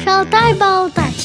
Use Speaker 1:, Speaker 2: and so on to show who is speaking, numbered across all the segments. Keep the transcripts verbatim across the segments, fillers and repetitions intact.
Speaker 1: Шалтай-болтай.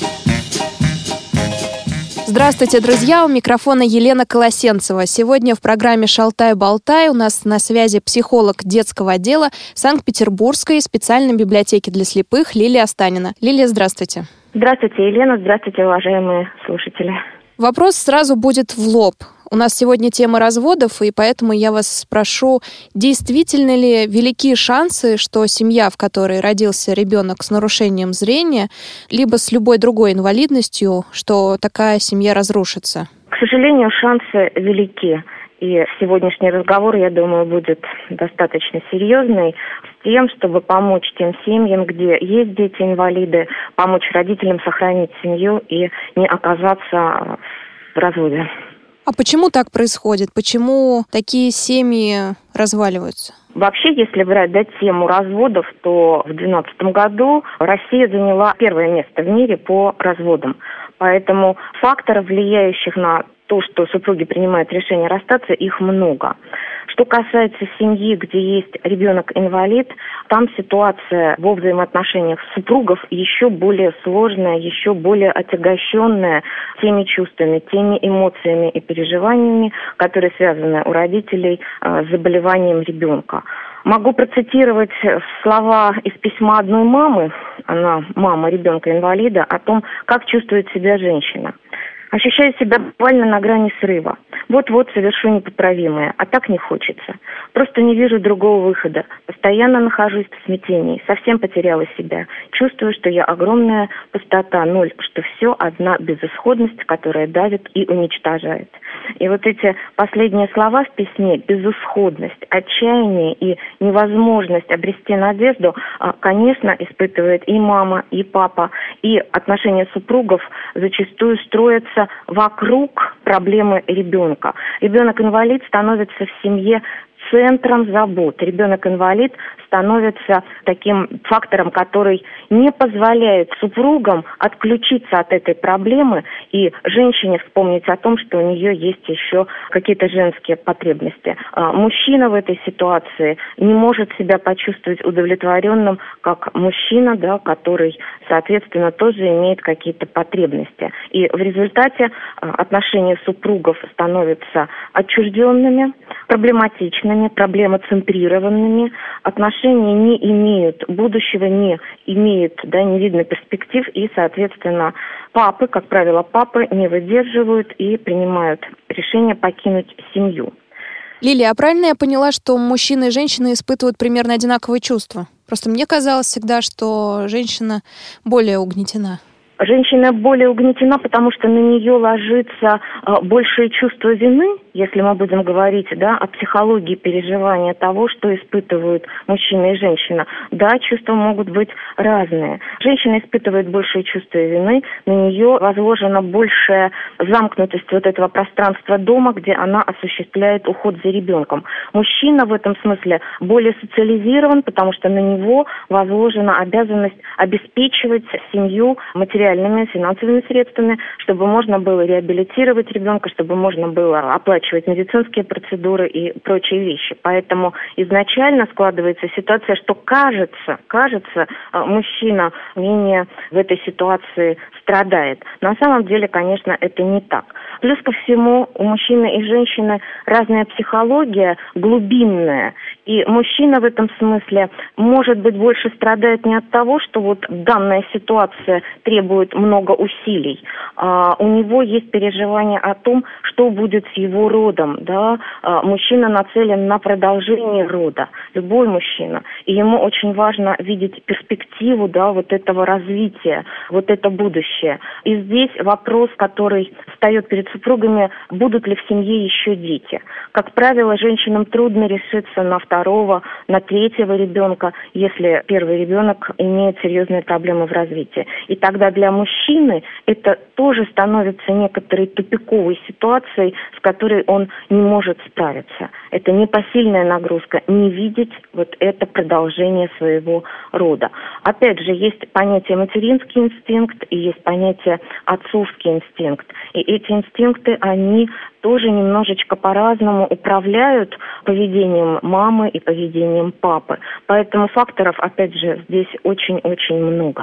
Speaker 2: Здравствуйте, друзья! У микрофона Елена Колосенцева. Сегодня в программе «Шалтай-болтай» у нас на связи психолог детского отдела Санкт-Петербургской специальной библиотеки для слепых Лилия Останина. Лилия, здравствуйте.
Speaker 3: Здравствуйте, Елена. Здравствуйте, уважаемые слушатели.
Speaker 2: Вопрос сразу будет в лоб. У нас сегодня тема разводов, и поэтому я вас спрошу, действительно ли велики шансы, что семья, в которой родился ребенок с нарушением зрения, либо с любой другой инвалидностью, что такая семья разрушится?
Speaker 3: К сожалению, шансы велики. И сегодняшний разговор, я думаю, будет достаточно серьезный, с тем, чтобы помочь тем семьям, где есть дети-инвалиды, помочь родителям сохранить семью и не оказаться в разводе.
Speaker 2: А почему так происходит? Почему такие семьи разваливаются?
Speaker 3: Вообще, если брать да, тему разводов, то в две тысячи двенадцатом году Россия заняла первое место в мире по разводам. Поэтому факторов, влияющих на то, что супруги принимают решение расстаться, их много. Что касается семьи, где есть ребенок-инвалид, там ситуация во взаимоотношениях супругов еще более сложная, еще более отягощенная теми чувствами, теми эмоциями и переживаниями, которые связаны у родителей с заболеванием ребенка. Могу процитировать слова из письма одной мамы, она мама ребенка-инвалида, о том, как чувствует себя женщина. Ощущаю себя буквально на грани срыва. Вот-вот совершу непоправимое, а так не хочется. Просто не вижу другого выхода. Постоянно нахожусь в смятении, совсем потеряла себя. Чувствую, что я огромная пустота, ноль, что все одна безысходность, которая давит и уничтожает. И вот эти последние слова в письме, безысходность, отчаяние и невозможность обрести надежду, конечно, испытывает и мама, и папа. И отношения супругов зачастую строятся вокруг проблемы ребенка. Ребенок-инвалид становится в семье центром забот. Ребенок-инвалид становится таким фактором, который не позволяет супругам отключиться от этой проблемы и женщине вспомнить о том, что у нее есть еще какие-то женские потребности. Мужчина в этой ситуации не может себя почувствовать удовлетворенным, как мужчина, да, который, соответственно, тоже имеет какие-то потребности. И в результате отношения супругов становятся отчужденными, проблематичными, проблемоцентрированными, отношения не имеют будущего, не имеют, да, не видно перспектив, и, соответственно, папы, как правило, папы не выдерживают и принимают решение покинуть семью.
Speaker 2: Лилия, а правильно я поняла, что мужчины и женщины испытывают примерно одинаковые чувства? Просто мне казалось всегда, что женщина более угнетена.
Speaker 3: Женщина более угнетена, потому что на нее ложится э, большее чувство вины, если мы будем говорить, да, о психологии переживания того, что испытывают мужчина и женщина. Да, чувства могут быть разные. Женщина испытывает большее чувство вины, на нее возложена большая замкнутость вот этого пространства дома, где она осуществляет уход за ребенком. Мужчина в этом смысле более социализирован, потому что на него возложена обязанность обеспечивать семью материальными, финансовыми средствами, чтобы можно было реабилитировать ребенка, чтобы можно было оплачивать медицинские процедуры и прочие вещи. Поэтому изначально складывается ситуация, что кажется, кажется, мужчина менее в этой ситуации страдает. На самом деле, конечно, это не так. Плюс ко всему, у мужчины и женщины разная психология, глубинная. И мужчина в этом смысле, может быть, больше страдает не от того, что вот данная ситуация требует много усилий. А у него есть переживание о том, что будет с его родом. Да? А мужчина нацелен на продолжение рода, любой мужчина. И ему очень важно видеть перспективу, да, вот этого развития, вот это будущее. И здесь вопрос, который встает перед супругами, будут ли в семье еще дети. Как правило, женщинам трудно решиться на второго, на третьего ребенка, если первый ребенок имеет серьезные проблемы в развитии. И тогда для мужчины это тоже становится некоторой тупиковой ситуацией, с которой он не может справиться. Это непосильная нагрузка, не видеть вот это продолжение своего рода. Опять же, есть понятие материнский инстинкт и есть понятие отцовский инстинкт. И эти инстинкты, они тоже немножечко по-разному управляют поведением мамы и поведением папы. Поэтому факторов, опять же, здесь очень-очень много.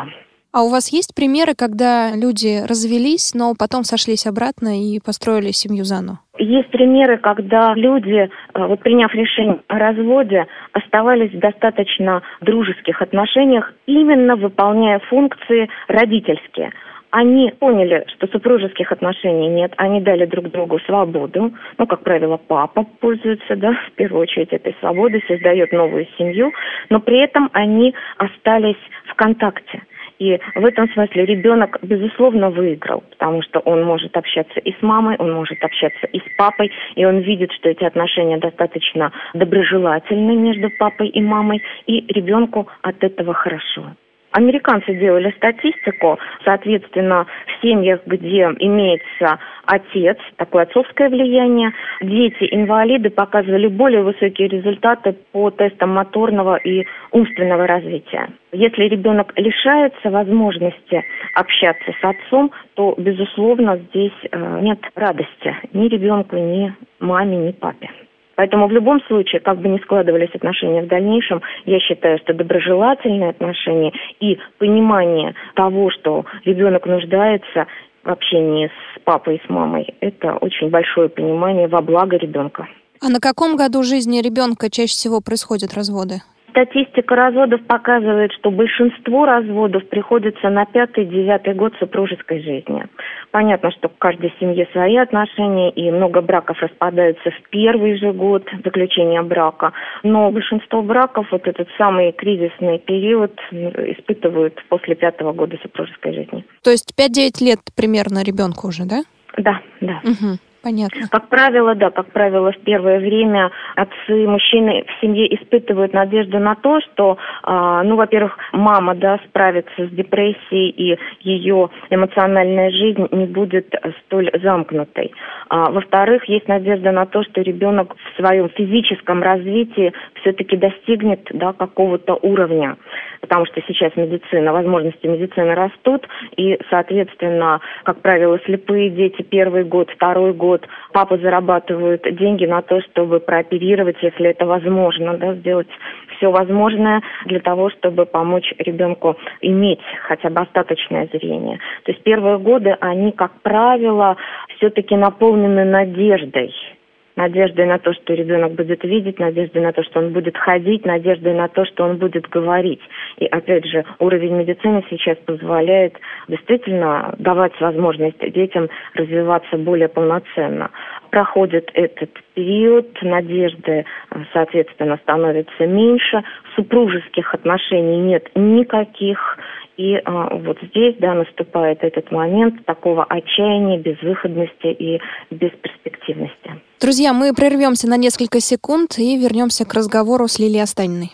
Speaker 2: А у вас есть примеры, когда люди развелись, но потом сошлись обратно и построили семью заново?
Speaker 3: Есть примеры, когда люди, вот приняв решение о разводе, оставались в достаточно дружеских отношениях, именно выполняя функции родительские. Они поняли, что супружеских отношений нет, они дали друг другу свободу. Ну, как правило, папа пользуется, да, в первую очередь этой свободой, создает новую семью, но при этом они остались в контакте. И в этом смысле ребенок, безусловно, выиграл, потому что он может общаться и с мамой, он может общаться и с папой, и он видит, что эти отношения достаточно доброжелательны между папой и мамой, и ребенку от этого хорошо. Американцы делали статистику, соответственно, в семьях, где имеется отец, такое отцовское влияние, дети-инвалиды показывали более высокие результаты по тестам моторного и умственного развития. Если ребенок лишается возможности общаться с отцом, то, безусловно, здесь э, нет радости ни ребенку, ни маме, ни папе. Поэтому в любом случае, как бы ни складывались отношения в дальнейшем, я считаю, что доброжелательные отношения и понимание того, что ребенок нуждается в общении с папой и с мамой, это очень большое понимание во благо ребенка.
Speaker 2: А на каком году жизни ребенка чаще всего происходят разводы?
Speaker 3: Статистика разводов показывает, что большинство разводов приходится на пятый-девятый год супружеской жизни. Понятно, что в каждой семье свои отношения, и много браков распадаются в первый же год заключения брака. Но большинство браков, вот этот самый кризисный период, испытывают после пятого года супружеской жизни.
Speaker 2: То есть пять-девять лет примерно ребенку уже, да?
Speaker 3: Да, да.
Speaker 2: Угу. Понятно.
Speaker 3: Как правило, да, как правило, в первое время отцы, мужчины в семье испытывают надежду на то, что, э, ну, во-первых, мама, да, справится с депрессией, и ее эмоциональная жизнь не будет столь замкнутой. А, во-вторых, есть надежда на то, что ребенок в своем физическом развитии все-таки достигнет, да, какого-то уровня. Потому что сейчас медицина, возможности медицины растут, и, соответственно, как правило, слепые дети первый год, второй год, папа зарабатывает деньги на то, чтобы прооперировать, если это возможно, да, сделать все возможное для того, чтобы помочь ребенку иметь хотя бы остаточное зрение. То есть первые годы, они, как правило, все-таки наполнены надеждой. Надеждой на то, что ребенок будет видеть, надеждой на то, что он будет ходить, надеждой на то, что он будет говорить. И опять же, уровень медицины сейчас позволяет действительно давать возможность детям развиваться более полноценно. Проходит этот период, надежды, соответственно, становится меньше, супружеских отношений нет никаких. И а, вот здесь, да, наступает этот момент такого отчаяния, безвыходности и бесперспективности.
Speaker 2: Друзья, мы прервемся на несколько секунд и вернемся к разговору с Лилией Останиной.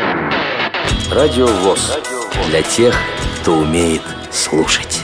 Speaker 1: Радио ВОС. Для тех, кто умеет слушать.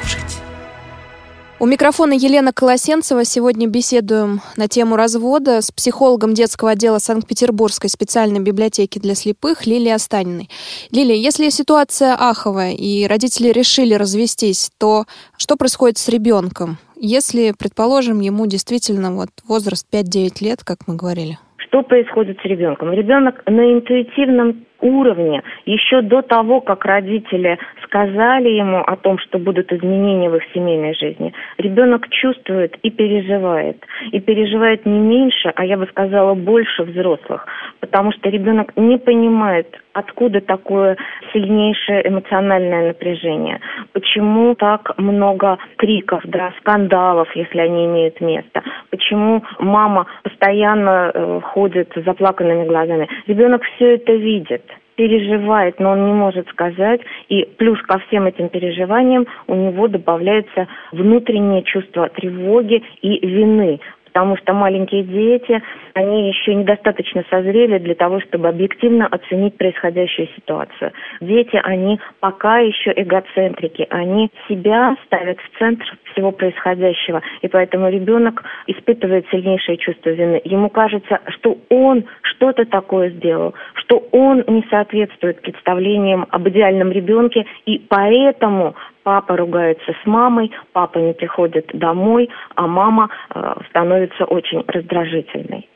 Speaker 2: У микрофона Елена Колосенцева. Сегодня беседуем на тему развода с психологом детского отдела Санкт-Петербургской специальной библиотеки для слепых Лилией Останиной. Лилия, если ситуация аховая и родители решили развестись, то что происходит с ребенком, если, предположим, ему действительно вот возраст пять-девять лет, как мы говорили?
Speaker 3: Что происходит с ребенком? Ребенок на интуитивном уровне, еще до того, как родители сказали ему о том, что будут изменения в их семейной жизни, ребенок чувствует и переживает. И переживает не меньше, а я бы сказала, больше взрослых. Потому что ребенок не понимает, откуда такое сильнейшее эмоциональное напряжение. Почему так много криков, да, скандалов, если они имеют место. Почему мама постоянно э, ходит с заплаканными глазами. Ребенок все это видит, переживает, но он не может сказать. И плюс ко всем этим переживаниям у него добавляется внутреннее чувство тревоги и вины. Потому что маленькие дети, они еще недостаточно созрели для того, чтобы объективно оценить происходящую ситуацию. Дети, они пока еще эгоцентрики, они себя ставят в центр всего происходящего, и поэтому ребенок испытывает сильнейшее чувство вины. Ему кажется, что он что-то такое сделал, что он не соответствует представлениям об идеальном ребенке, и поэтому папа ругается с мамой, папа не приходит домой, а мама э, становится очень раздражительной.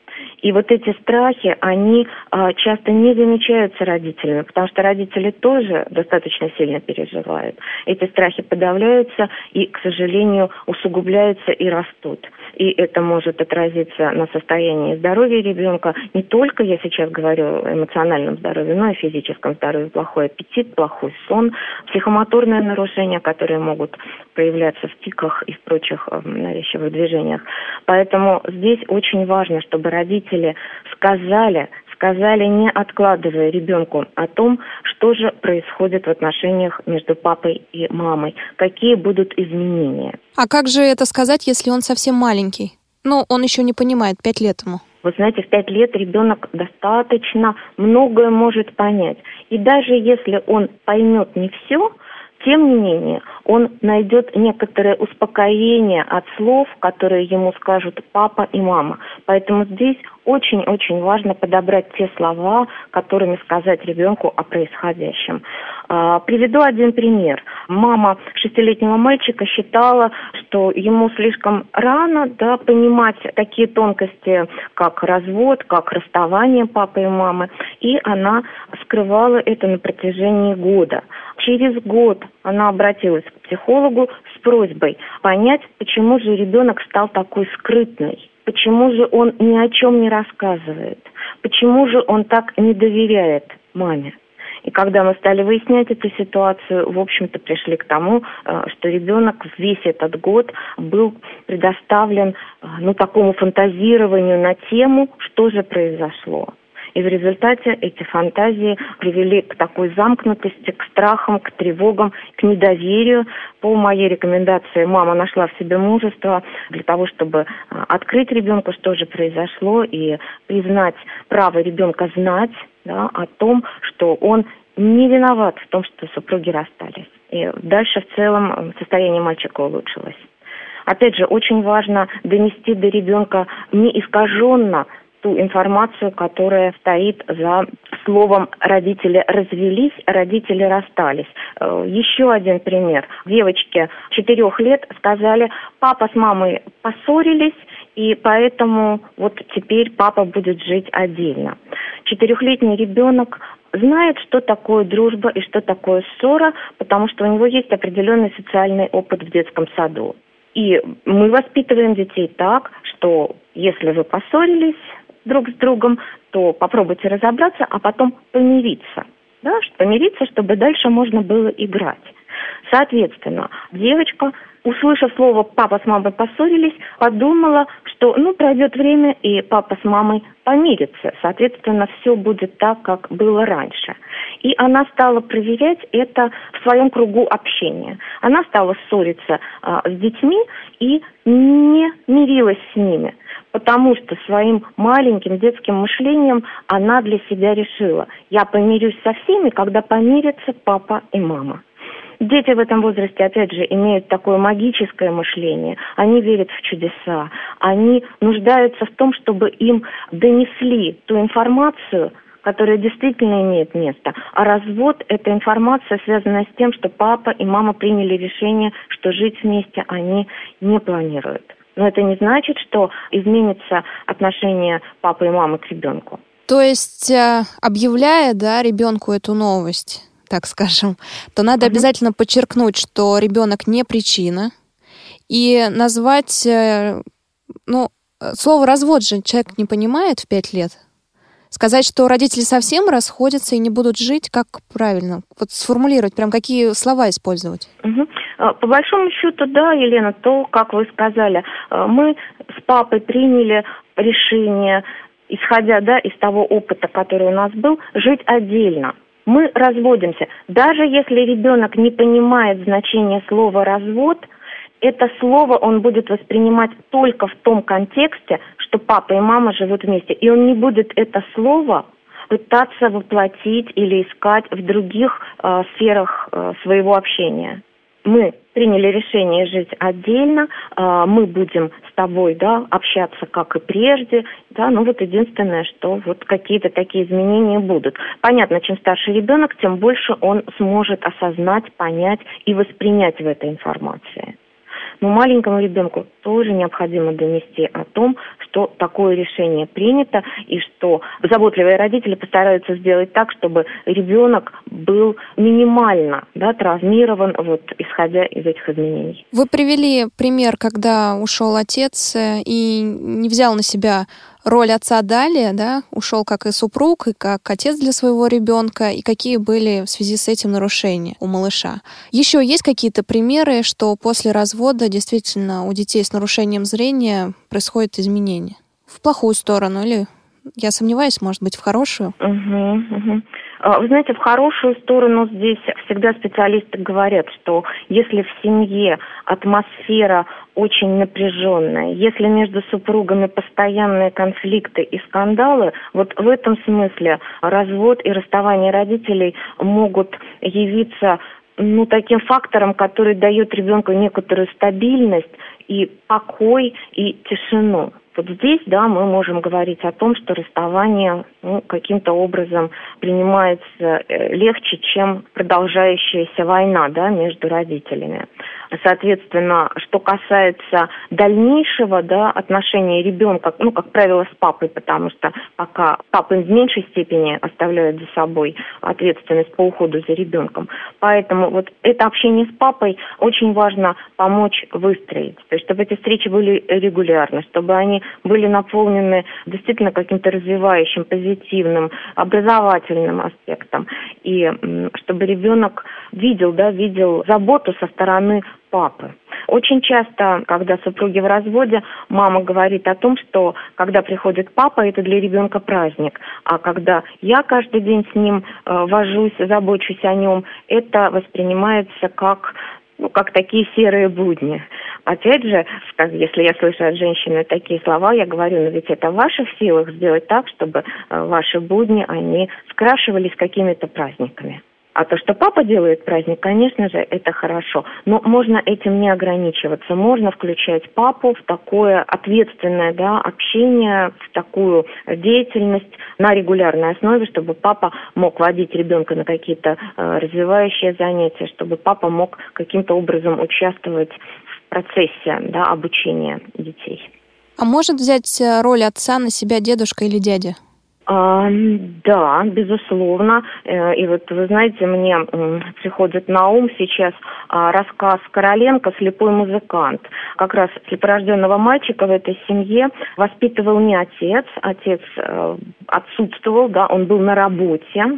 Speaker 3: И вот эти страхи, они а, часто не замечаются родителями, потому что родители тоже достаточно сильно переживают. Эти страхи подавляются и, к сожалению, усугубляются и растут. И это может отразиться на состоянии здоровья ребенка. Не только, я сейчас говорю, эмоциональном здоровье, но и физическом здоровье. Плохой аппетит, плохой сон, психомоторные нарушения, которые могут проявляться в тиках и в прочих э, навязчивых движениях. Поэтому здесь очень важно, чтобы родители сказали, сказали, не откладывая ребенку о том, что же происходит в отношениях между папой и мамой, какие будут изменения.
Speaker 2: А как же это сказать, если он совсем маленький? Ну, он еще не понимает, пять лет ему.
Speaker 3: Вы знаете, в пять лет ребенок достаточно многое может понять. И даже если он поймет не все, тем не менее, он найдет некоторое успокоение от слов, которые ему скажут папа и мама. Поэтому здесь очень-очень важно подобрать те слова, которыми сказать ребенку о происходящем. А, приведу один пример. Мама шестилетнего мальчика считала, что ему слишком рано, да, понимать такие тонкости, как развод, как расставание папы и мамы, и она скрывала это на протяжении года. Через год она обратилась к психологу с просьбой понять, почему же ребенок стал такой скрытный, почему же он ни о чем не рассказывает, почему же он так не доверяет маме. И когда мы стали выяснять эту ситуацию, в общем-то, пришли к тому, что ребенок весь этот год был предоставлен, ну, такому фантазированию на тему, что же произошло. И в результате эти фантазии привели к такой замкнутости, к страхам, к тревогам, к недоверию. По моей рекомендации мама нашла в себе мужество для того, чтобы открыть ребенку, что же произошло, и признать право ребенка знать, да, о том, что он не виноват в том, что супруги расстались. И дальше в целом состояние мальчика улучшилось. Опять же, очень важно донести до ребенка не искаженно ту информацию, которая стоит за словом «родители развелись», «родители расстались». Еще один пример. Девочке четырех лет сказали: папа с мамой поссорились, и поэтому вот теперь папа будет жить отдельно. Четырехлетний ребенок знает, что такое дружба и что такое ссора, потому что у него есть определенный социальный опыт в детском саду. И мы воспитываем детей так, что если вы поссорились друг с другом, то попробуйте разобраться, а потом помириться. Да, помириться, чтобы дальше можно было играть. Соответственно, девочка, услышав слово «папа с мамой поссорились», подумала, что ну пройдет время, и папа с мамой помирятся. Соответственно, все будет так, как было раньше. И она стала проверять это в своем кругу общения. Она стала ссориться а, с детьми и не мирилась с ними, потому что своим маленьким детским мышлением она для себя решила: я помирюсь со всеми, когда помирятся папа и мама. Дети в этом возрасте, опять же, имеют такое магическое мышление. Они верят в чудеса. Они нуждаются в том, чтобы им донесли ту информацию, которая действительно имеет место. А развод – это информация, связанная с тем, что папа и мама приняли решение, что жить вместе они не планируют. Но это не значит, что изменится отношение папы и мамы к ребенку.
Speaker 2: То есть, объявляя, да, ребенку эту новость, так скажем, то надо uh-huh. обязательно подчеркнуть, что ребенок не причина, и назвать, ну, слово «развод» же человек не понимает в пять лет. Сказать, что родители совсем расходятся и не будут жить, как правильно? Вот сформулировать, прям какие слова использовать?
Speaker 3: Угу. По большому счету, да, Елена, то, как вы сказали, мы с папой приняли решение, исходя, да, из того опыта, который у нас был, жить отдельно. Мы разводимся. Даже если ребенок не понимает значение слова «развод», это слово он будет воспринимать только в том контексте, что папа и мама живут вместе. И он не будет это слово пытаться воплотить или искать в других э, сферах э, своего общения. Мы приняли решение жить отдельно, э, мы будем с тобой, да, общаться как и прежде, да, ну вот единственное, что вот какие-то такие изменения будут. Понятно, чем старше ребенок, тем больше он сможет осознать, понять и воспринять в этой информации. Но маленькому ребенку тоже необходимо донести о том, что такое решение принято и что заботливые родители постараются сделать так, чтобы ребенок был минимально, да, травмирован, вот, исходя из этих изменений.
Speaker 2: Вы привели пример, когда ушел отец и не взял на себя роль отца далее, да, ушел как и супруг, и как отец для своего ребенка, и какие были в связи с этим нарушения у малыша. Еще есть какие-то примеры, что после развода действительно у детей с нарушением зрения происходят изменения? В плохую сторону или, я сомневаюсь, может быть, в хорошую?
Speaker 3: Угу, угу. Вы знаете, в хорошую сторону здесь всегда специалисты говорят, что если в семье атмосфера очень напряженная, если между супругами постоянные конфликты и скандалы, вот в этом смысле развод и расставание родителей могут явиться ну, таким фактором, который дает ребенку некоторую стабильность и покой, и тишину. Вот здесь, да, мы можем говорить о том, что расставание ну, каким-то образом принимается легче, чем продолжающаяся война, да, между родителями. Соответственно, что касается дальнейшего, да, отношения ребенка, ну, как правило, с папой, потому что пока папа в меньшей степени оставляет за собой ответственность по уходу за ребенком. Поэтому вот это общение с папой очень важно помочь выстроить. То есть, чтобы эти встречи были регулярны, чтобы они были наполнены действительно каким-то развивающим, позитивным, образовательным аспектом. И чтобы ребенок видел, да, видел заботу со стороны папы. Очень часто, когда супруги в разводе, мама говорит о том, что когда приходит папа, это для ребенка праздник, а когда я каждый день с ним э, вожусь, забочусь о нем, это воспринимается как, ну, как такие серые будни. Опять же, если я слышу от женщины такие слова, я говорю, ну ведь это в ваших силах сделать так, чтобы э, ваши будни, они скрашивались какими-то праздниками. А то, что папа делает праздник, конечно же, это хорошо. Но можно этим не ограничиваться. Можно включать папу в такое ответственное, да, общение, в такую деятельность на регулярной основе, чтобы папа мог водить ребенка на какие-то э, развивающие занятия, чтобы папа мог каким-то образом участвовать в процессе, да, обучения детей.
Speaker 2: А может взять роль отца на себя дедушка или дядя?
Speaker 3: А, да, безусловно. И вот, вы знаете, мне приходит на ум сейчас рассказ Короленко «Слепой музыкант». Как раз слепорожденного мальчика в этой семье воспитывал не отец. Отец отсутствовал, да, он был на работе.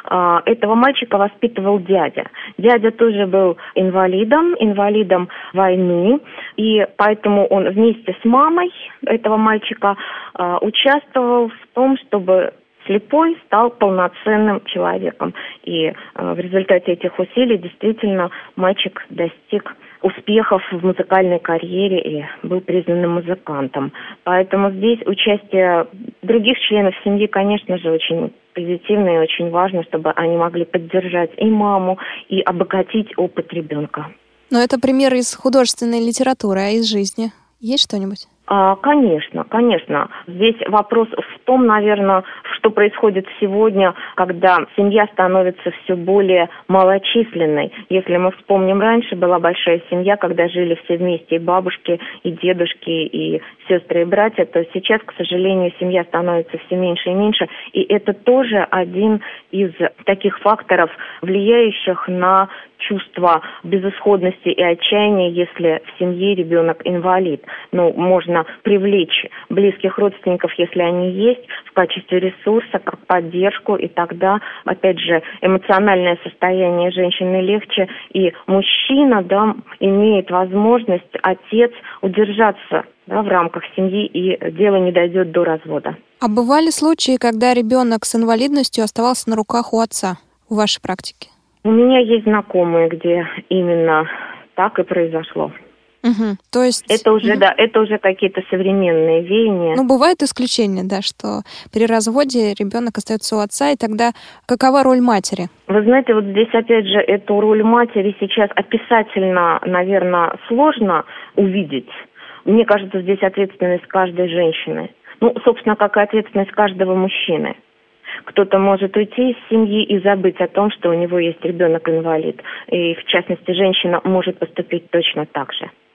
Speaker 3: Этого мальчика воспитывал дядя. Дядя тоже был инвалидом, инвалидом войны. И поэтому он вместе с мамой этого мальчика участвовал в том, чтобы слепой стал полноценным человеком. И э, в результате этих усилий действительно мальчик достиг успехов в музыкальной карьере и был признанным музыкантом. Поэтому здесь участие других членов семьи, конечно же, очень позитивно и очень важно, чтобы они могли поддержать и маму, и обогатить опыт ребенка.
Speaker 2: Но это пример из художественной литературы, а из жизни есть что-нибудь?
Speaker 3: А, конечно, конечно. Здесь вопрос в том, наверное, что происходит сегодня, когда семья становится все более малочисленной. Если мы вспомним, раньше была большая семья, когда жили все вместе, и бабушки, и дедушки, и сестры, и братья, то сейчас, к сожалению, семья становится все меньше и меньше. И это тоже один из таких факторов, влияющих на чувство безысходности и отчаяния, если в семье ребенок инвалид. Ну, можно привлечь близких родственников, если они есть, в качестве ресурса, как поддержку, и тогда, опять же, эмоциональное состояние женщины легче, и мужчина, да, имеет возможность, отец, удержаться, да, в рамках семьи, и дело не дойдет до развода.
Speaker 2: А бывали случаи, когда ребенок с инвалидностью оставался на руках у отца в вашей практике?
Speaker 3: У меня есть знакомые, где именно так и произошло.
Speaker 2: Угу. То есть...
Speaker 3: Это уже,
Speaker 2: угу.
Speaker 3: да, это уже какие-то современные веяния.
Speaker 2: Ну, бывают исключения, да, что при разводе ребенок остается у отца, и тогда какова роль матери?
Speaker 3: Вы знаете, вот здесь, опять же, эту роль матери сейчас описательно, наверное, сложно увидеть. Мне кажется, здесь ответственность каждой женщины. Ну, собственно, как и ответственность каждого мужчины. Кто-то может уйти из семьи и забыть о том, что у него есть ребенок-инвалид. И, в частности, женщина может поступить точно так же.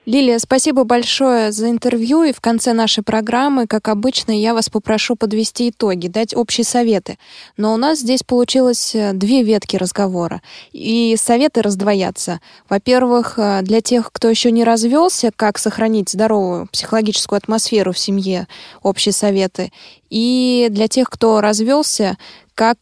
Speaker 2: Лилия, спасибо большое за интервью, и в конце нашей программы, как обычно, я вас попрошу подвести итоги, дать общие советы. Но у нас здесь получилось две ветки разговора, и советы раздвоятся. Во-первых, для тех, кто еще не развелся, как сохранить здоровую психологическую атмосферу в семье, общие советы. И для тех, кто развелся, как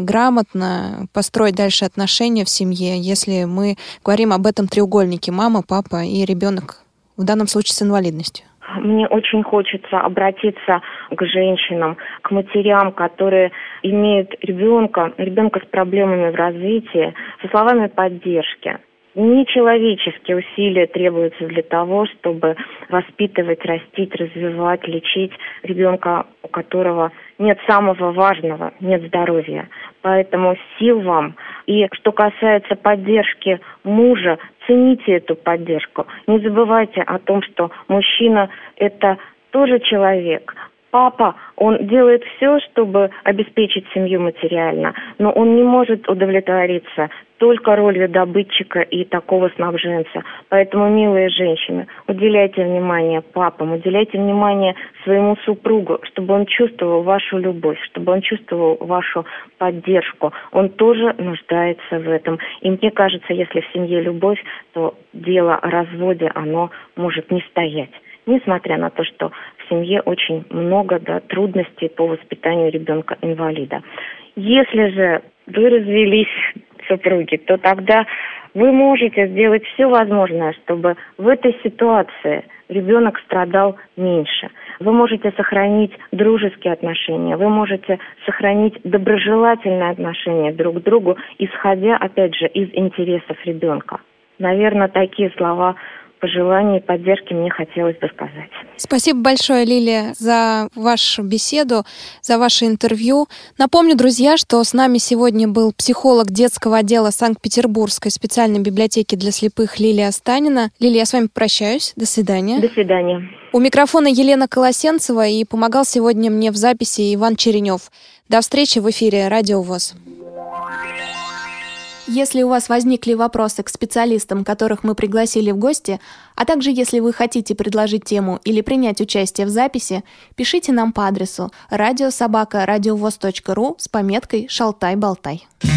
Speaker 2: грамотно построить дальше отношения в семье, если мы говорим об этом треугольнике: мама, папа и ребенок, в данном случае с инвалидностью.
Speaker 3: Мне очень хочется обратиться к женщинам, к матерям, которые имеют ребенка, ребенка с проблемами в развитии, со словами поддержки. Нечеловеческие усилия требуются для того, чтобы воспитывать, растить, развивать, лечить ребенка, у которого нет самого важного, нет здоровья. Поэтому сил вам. И что касается поддержки мужа, цените эту поддержку. Не забывайте о том, что мужчина – это тоже человек. Папа, он делает все, чтобы обеспечить семью материально, но он не может удовлетвориться только ролью добытчика и такого снабженца. Поэтому, милые женщины, уделяйте внимание папам, уделяйте внимание своему супругу, чтобы он чувствовал вашу любовь, чтобы он чувствовал вашу поддержку. Он тоже нуждается в этом. И мне кажется, если в семье любовь, то дело о разводе, оно может не стоять. Несмотря на то, что в семье очень много да, трудностей по воспитанию ребенка-инвалида. Если же вы развелись, супруги, то тогда вы можете сделать все возможное, чтобы в этой ситуации ребенок страдал меньше. Вы можете сохранить дружеские отношения, вы можете сохранить доброжелательные отношения друг к другу, исходя, опять же, из интересов ребенка. Наверное, такие слова пожеланий и поддержки мне хотелось бы сказать.
Speaker 2: Спасибо большое, Лилия, за вашу беседу, за ваше интервью. Напомню, друзья, что с нами сегодня был психолог детского отдела Санкт-Петербургской специальной библиотеки для слепых Лилия Останина. Лилия, я с вами прощаюсь. До свидания.
Speaker 3: До свидания.
Speaker 2: У микрофона Елена Колосенцева, и помогал сегодня мне в записи Иван Черенев. До встречи в эфире Радио ВОС. Если у вас возникли вопросы к специалистам, которых мы пригласили в гости, а также если вы хотите предложить тему или принять участие в записи, пишите нам по адресу радио собака радиовос точка ру с пометкой «Шалтай-болтай».